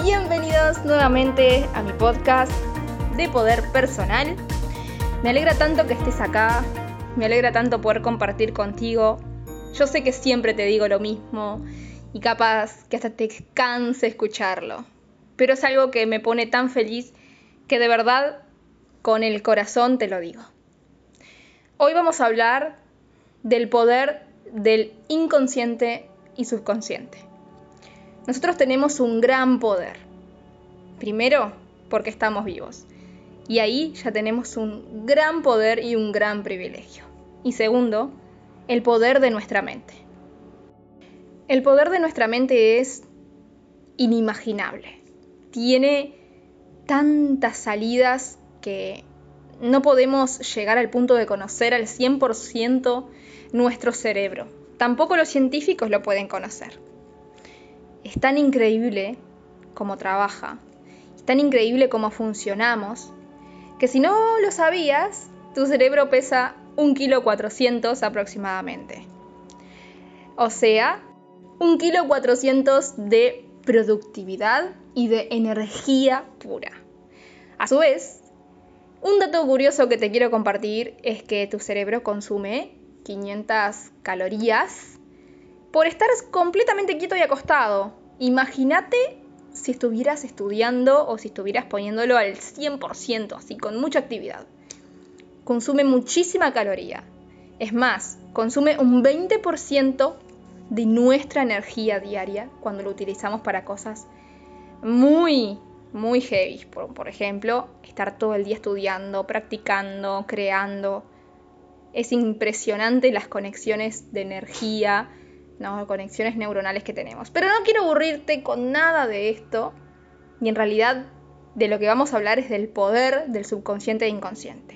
Bienvenidos nuevamente a mi podcast de poder personal. Me alegra tanto que estés acá, me alegra tanto poder compartir contigo. Yo sé que siempre te digo lo mismo y capaz que hasta te canse escucharlo, pero es algo que me pone tan feliz que de verdad con el corazón te lo digo. Hoy vamos a hablar del poder del inconsciente y subconsciente. Nosotros tenemos un gran poder. Primero, porque estamos vivos. Y ahí ya tenemos un gran poder y un gran privilegio. Y segundo, el poder de nuestra mente. El poder de nuestra mente es inimaginable. Tiene tantas salidas que no podemos llegar al punto de conocer al 100% nuestro cerebro. Tampoco los científicos lo pueden conocer. Es tan increíble cómo trabaja, es tan increíble cómo funcionamos, que si no lo sabías, tu cerebro pesa 1,4 kg aproximadamente. O sea, 1,4 kg de productividad y de energía pura. A su vez, un dato curioso que te quiero compartir es que tu cerebro consume 500 calorías por estar completamente quieto y acostado. Imagínate si estuvieras estudiando o si estuvieras poniéndolo al 100%, así con mucha actividad. Consume muchísima caloría. Es más, consume un 20% de nuestra energía diaria cuando lo utilizamos para cosas muy heavy. Por ejemplo, estar todo el día estudiando, practicando, creando. Es impresionante las conexiones de energía, conexiones neuronales que tenemos. Pero no quiero aburrirte con nada de esto. Y en realidad de lo que vamos a hablar es del poder del subconsciente e inconsciente.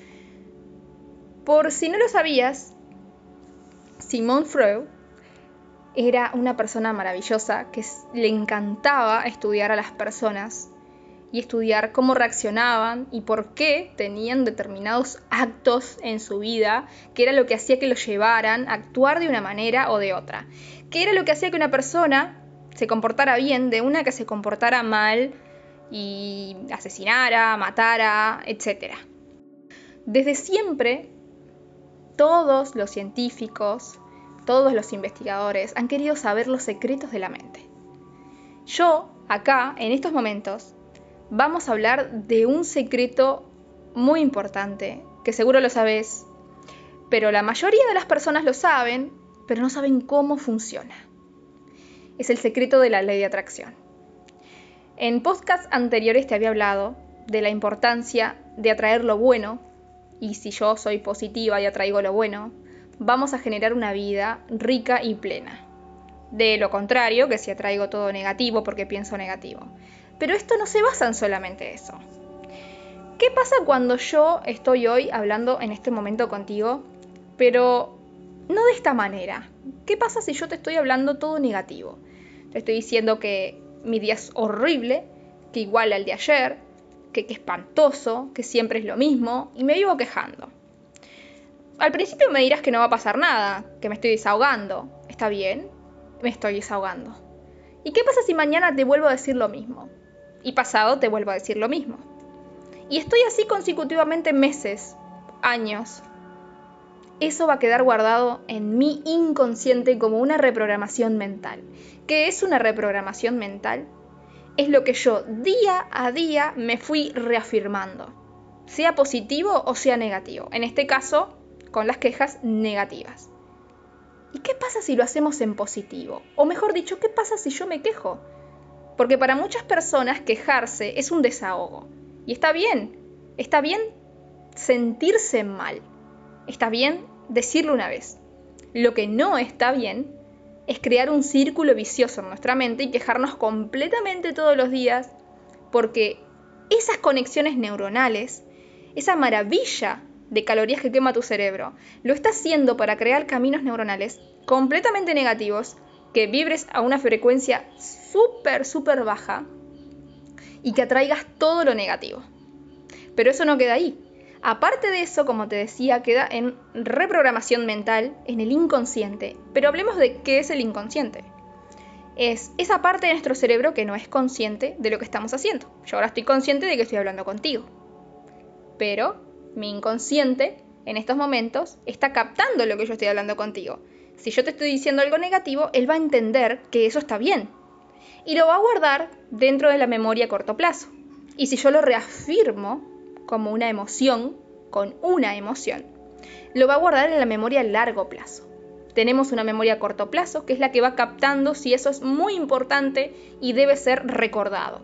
Por si no lo sabías, Sigmund Freud era una persona maravillosa que le encantaba estudiar a las personas y estudiar cómo reaccionaban y por qué tenían determinados actos en su vida, que era lo que hacía que los llevaran a actuar de una manera o de otra, que era lo que hacía que una persona se comportara bien de una que se comportara mal y asesinara, matara, etc. Desde siempre, todos los científicos, todos los investigadores han querido saber los secretos de la mente. Yo, acá, en estos momentos, vamos a hablar de un secreto muy importante, que seguro lo sabes, pero la mayoría de las personas lo saben, pero no saben cómo funciona. Es el secreto de la ley de atracción. En podcasts anteriores te había hablado de la importancia de atraer lo bueno, y si yo soy positiva y atraigo lo bueno, vamos a generar una vida rica y plena. De lo contrario, que si atraigo todo negativo porque pienso negativo. Pero esto no se basa en solamente eso. ¿Qué pasa cuando yo estoy hoy hablando en este momento contigo, pero no de esta manera? ¿Qué pasa si yo te estoy hablando todo negativo? Te estoy diciendo que mi día es horrible, que igual al de ayer, que espantoso, que siempre es lo mismo, y me vivo quejando. Al principio me dirás que no va a pasar nada, que me estoy desahogando. ¿Está bien? Me estoy desahogando. ¿Y qué pasa si mañana te vuelvo a decir lo mismo? Y pasado te vuelvo a decir lo mismo. Y estoy así consecutivamente meses, años. Eso va a quedar guardado en mi inconsciente como una reprogramación mental. ¿Qué es una reprogramación mental? Es lo que yo día a día me fui reafirmando, sea positivo o sea negativo. En este caso, con las quejas negativas. ¿Y qué pasa si lo hacemos en positivo? O mejor dicho, ¿qué pasa si yo me quejo? Porque para muchas personas quejarse es un desahogo. Y está bien sentirse mal. Está bien decirlo una vez. Lo que no está bien es crear un círculo vicioso en nuestra mente y quejarnos completamente todos los días, porque esas conexiones neuronales, esa maravilla de calorías que quema tu cerebro, lo está haciendo para crear caminos neuronales completamente negativos, que vibres a una frecuencia súper baja y que atraigas todo lo negativo. Pero eso no queda ahí. Aparte de eso, como te decía, queda en reprogramación mental, en el inconsciente. Pero hablemos de qué es el inconsciente. Es esa parte de nuestro cerebro que no es consciente de lo que estamos haciendo. Yo ahora estoy consciente de que estoy hablando contigo, pero mi inconsciente en estos momentos está captando lo que yo estoy hablando contigo. Si yo te estoy diciendo algo negativo, él va a entender que eso está bien y lo va a guardar dentro de la memoria a corto plazo. Y si yo lo reafirmo como una emoción, con una emoción, lo va a guardar en la memoria a largo plazo. Tenemos una memoria a corto plazo, que es la que va captando si eso es muy importante y debe ser recordado.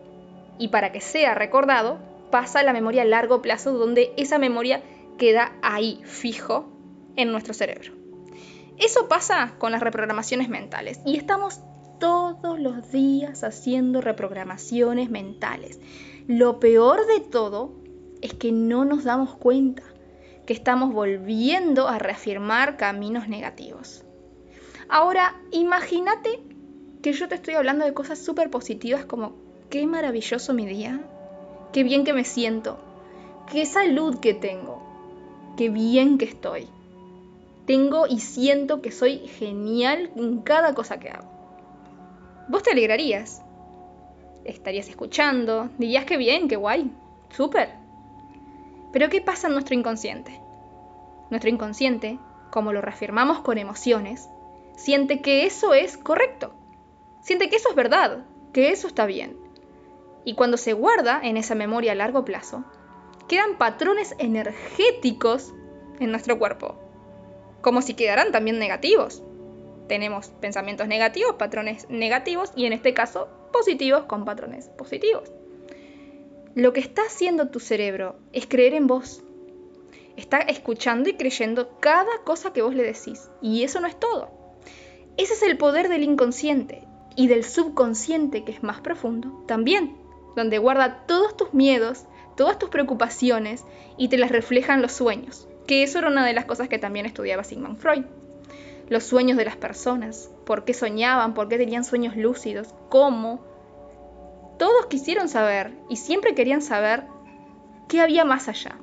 Y para que sea recordado, pasa a la memoria a largo plazo, donde esa memoria queda ahí, fijo, en nuestro cerebro. Eso pasa con las reprogramaciones mentales. Y estamos todos los días haciendo reprogramaciones mentales. Lo peor de todo es que no nos damos cuenta que estamos volviendo a reafirmar caminos negativos. Ahora, imagínate que yo te estoy hablando de cosas súper positivas como qué maravilloso mi día, qué bien que me siento, qué salud que tengo, qué bien que estoy. Tengo y siento que soy genial en cada cosa que hago. Vos te alegrarías, estarías escuchando, dirías qué bien, qué guay, súper. Pero ¿qué pasa en nuestro inconsciente? Nuestro inconsciente, como lo reafirmamos con emociones, siente que eso es correcto, siente que eso es verdad, que eso está bien. Y cuando se guarda en esa memoria a largo plazo, quedan patrones energéticos en nuestro cuerpo, como si quedaran también negativos. Tenemos pensamientos negativos, patrones negativos y en este caso positivos con patrones positivos. Lo que está haciendo tu cerebro es creer en vos. Está escuchando y creyendo cada cosa que vos le decís. Y eso no es todo. Ese es el poder del inconsciente y del subconsciente, que es más profundo, también, donde guarda todos tus miedos, todas tus preocupaciones y te las refleja en los sueños, que eso era una de las cosas que también estudiaba Sigmund Freud. Los sueños de las personas, por qué soñaban, por qué tenían sueños lúcidos, cómo. Todos quisieron saber y siempre querían saber qué había más allá.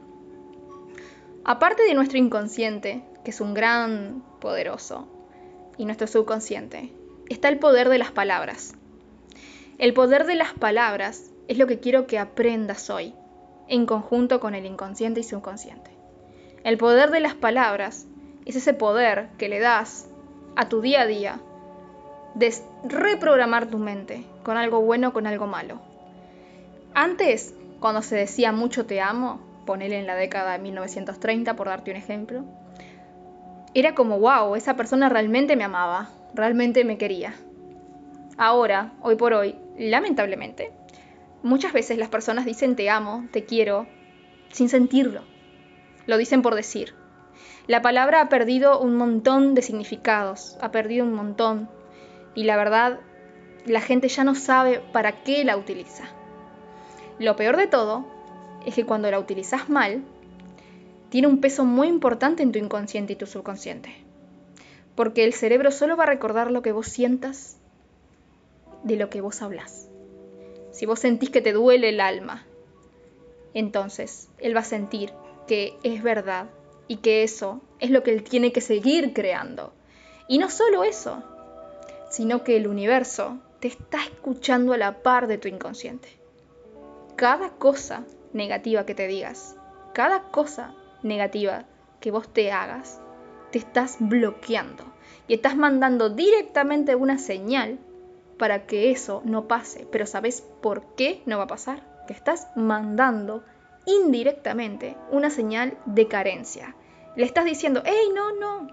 Aparte de nuestro inconsciente, que es un gran poderoso, y nuestro subconsciente, está el poder de las palabras. El poder de las palabras es lo que quiero que aprendas hoy, en conjunto con el inconsciente y subconsciente. El poder de las palabras es ese poder que le das a tu día a día de reprogramar tu mente con algo bueno o con algo malo. Antes, cuando se decía mucho te amo, ponele en la década de 1930 por darte un ejemplo, era como wow, esa persona realmente me amaba, realmente me quería. Ahora, hoy por hoy, lamentablemente, muchas veces las personas dicen te amo, te quiero, sin sentirlo. Lo dicen por decir. La palabra ha perdido un montón de significados, ha perdido un montón. Y la verdad, la gente ya no sabe para qué la utiliza. Lo peor de todo es que cuando la utilizas mal, tiene un peso muy importante en tu inconsciente y tu subconsciente. Porque el cerebro solo va a recordar lo que vos sientas de lo que vos hablás. Si vos sentís que te duele el alma, entonces él va a sentir que es verdad y que eso es lo que él tiene que seguir creando. Y no solo eso, sino que el universo te está escuchando a la par de tu inconsciente. Cada cosa negativa que te digas, cada cosa negativa que vos te hagas, te estás bloqueando y estás mandando directamente una señal para que eso no pase. Pero ¿sabes por qué no va a pasar? Que estás mandando indirectamente una señal de carencia. Le estás diciendo, hey, no,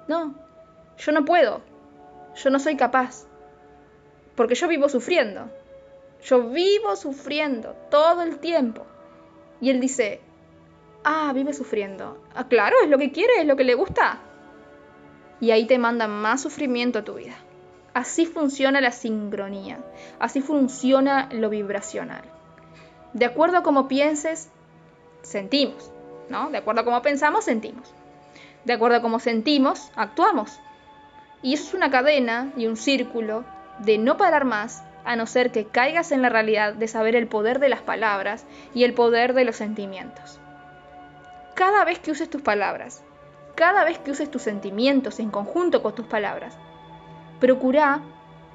yo no puedo, yo no soy capaz, porque yo vivo sufriendo todo el tiempo. Y él dice, vive sufriendo. Claro, es lo que quiere, es lo que le gusta. Y ahí te manda más sufrimiento a tu vida. Así funciona la sincronía, así funciona lo vibracional. De acuerdo a cómo pienses, sentimos, ¿no? De acuerdo a cómo pensamos, sentimos. De acuerdo a cómo sentimos, actuamos. Y eso es una cadena y un círculo de no parar más, a no ser que caigas en la realidad de saber el poder de las palabras y el poder de los sentimientos. Cada vez que uses tus palabras, cada vez que uses tus sentimientos en conjunto con tus palabras, procura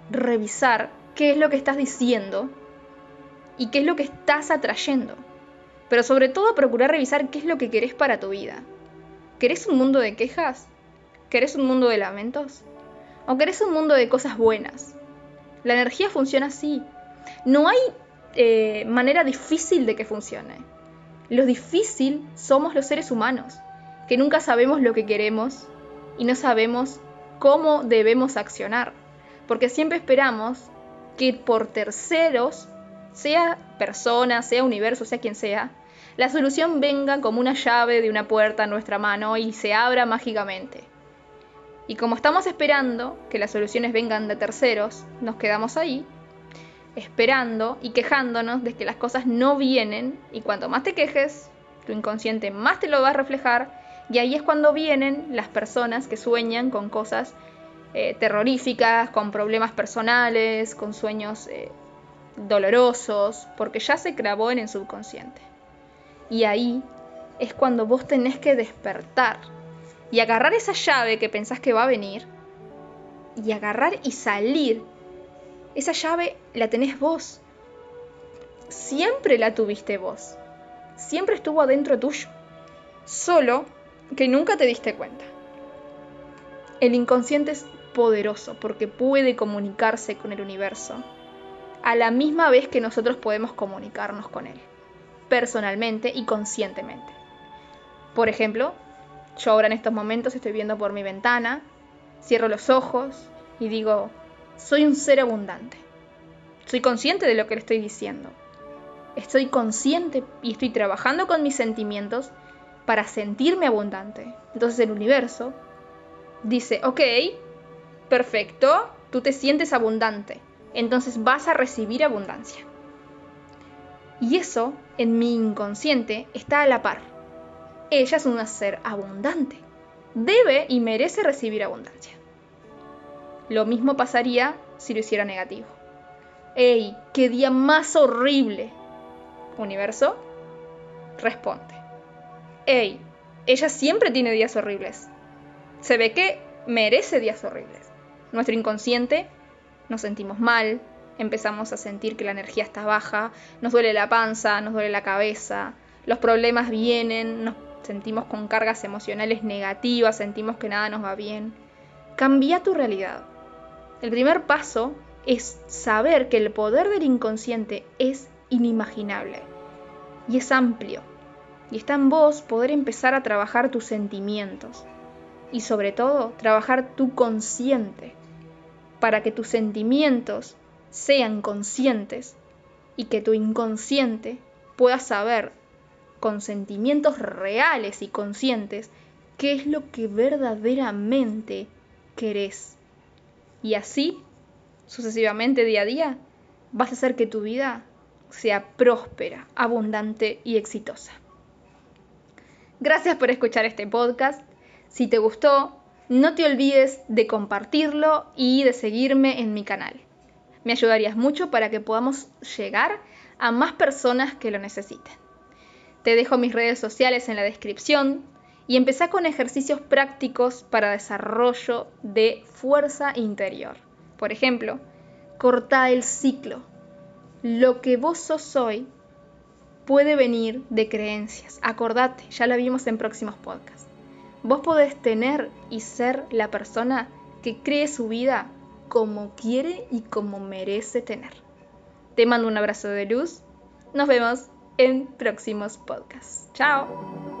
revisar qué es lo que estás diciendo y qué es lo que estás atrayendo. Pero sobre todo procurar revisar qué es lo que querés para tu vida. ¿Querés un mundo de quejas? ¿Querés un mundo de lamentos? ¿O querés un mundo de cosas buenas? La energía funciona así. No hay manera difícil de que funcione. Lo difícil somos los seres humanos, que nunca sabemos lo que queremos y no sabemos cómo debemos accionar. Porque siempre esperamos que por terceros, sea persona, sea universo, sea quien sea, la solución venga como una llave de una puerta en nuestra mano y se abra mágicamente. Y como estamos esperando que las soluciones vengan de terceros, nos quedamos ahí, esperando y quejándonos de que las cosas no vienen, y cuanto más te quejes, tu inconsciente más te lo va a reflejar, y ahí es cuando vienen las personas que sueñan con cosas terroríficas, con problemas personales, con sueños dolorosos, porque ya se grabó en el subconsciente. Y ahí es cuando vos tenés que despertar y agarrar esa llave que pensás que va a venir y agarrar y salir. Esa llave la tenés vos. Siempre la tuviste vos. Siempre estuvo adentro tuyo. Solo que nunca te diste cuenta. El inconsciente es poderoso porque puede comunicarse con el universo a la misma vez que nosotros podemos comunicarnos con él, personalmente y conscientemente. Por ejemplo, yo ahora en estos momentos estoy viendo por mi ventana, cierro los ojos y digo, soy un ser abundante. Soy consciente de lo que le estoy diciendo. Estoy consciente y estoy trabajando con mis sentimientos para sentirme abundante. Entonces el universo dice, ok, perfecto, tú te sientes abundante. Entonces vas a recibir abundancia. Y eso, en mi inconsciente, está a la par. Ella es un ser abundante. Debe y merece recibir abundancia. Lo mismo pasaría si lo hiciera negativo. ¡Ey! ¡Qué día más horrible! Universo, responde. ¡Ey! Ella siempre tiene días horribles. Se ve que merece días horribles. Nuestro inconsciente, nos sentimos mal, empezamos a sentir que la energía está baja, nos duele la panza, nos duele la cabeza, los problemas vienen, nos sentimos con cargas emocionales negativas, sentimos que nada nos va bien. Cambia tu realidad. El primer paso es saber que el poder del inconsciente es inimaginable y es amplio. Y está en vos poder empezar a trabajar tus sentimientos y sobre todo trabajar tu consciente para que tus sentimientos sean conscientes y que tu inconsciente pueda saber con sentimientos reales y conscientes qué es lo que verdaderamente querés. Y así, sucesivamente día a día, vas a hacer que tu vida sea próspera, abundante y exitosa. Gracias por escuchar este podcast. Si te gustó, no te olvides de compartirlo y de seguirme en mi canal. Me ayudarías mucho para que podamos llegar a más personas que lo necesiten. Te dejo mis redes sociales en la descripción y empezá con ejercicios prácticos para desarrollo de fuerza interior. Por ejemplo, cortá el ciclo. Lo que vos sos hoy puede venir de creencias. Acordate, ya lo vimos en próximos podcasts. Vos podés tener y ser la persona que cree su vida como quiere y como merece tener. Te mando un abrazo de luz. Nos vemos en próximos podcasts. ¡Chao!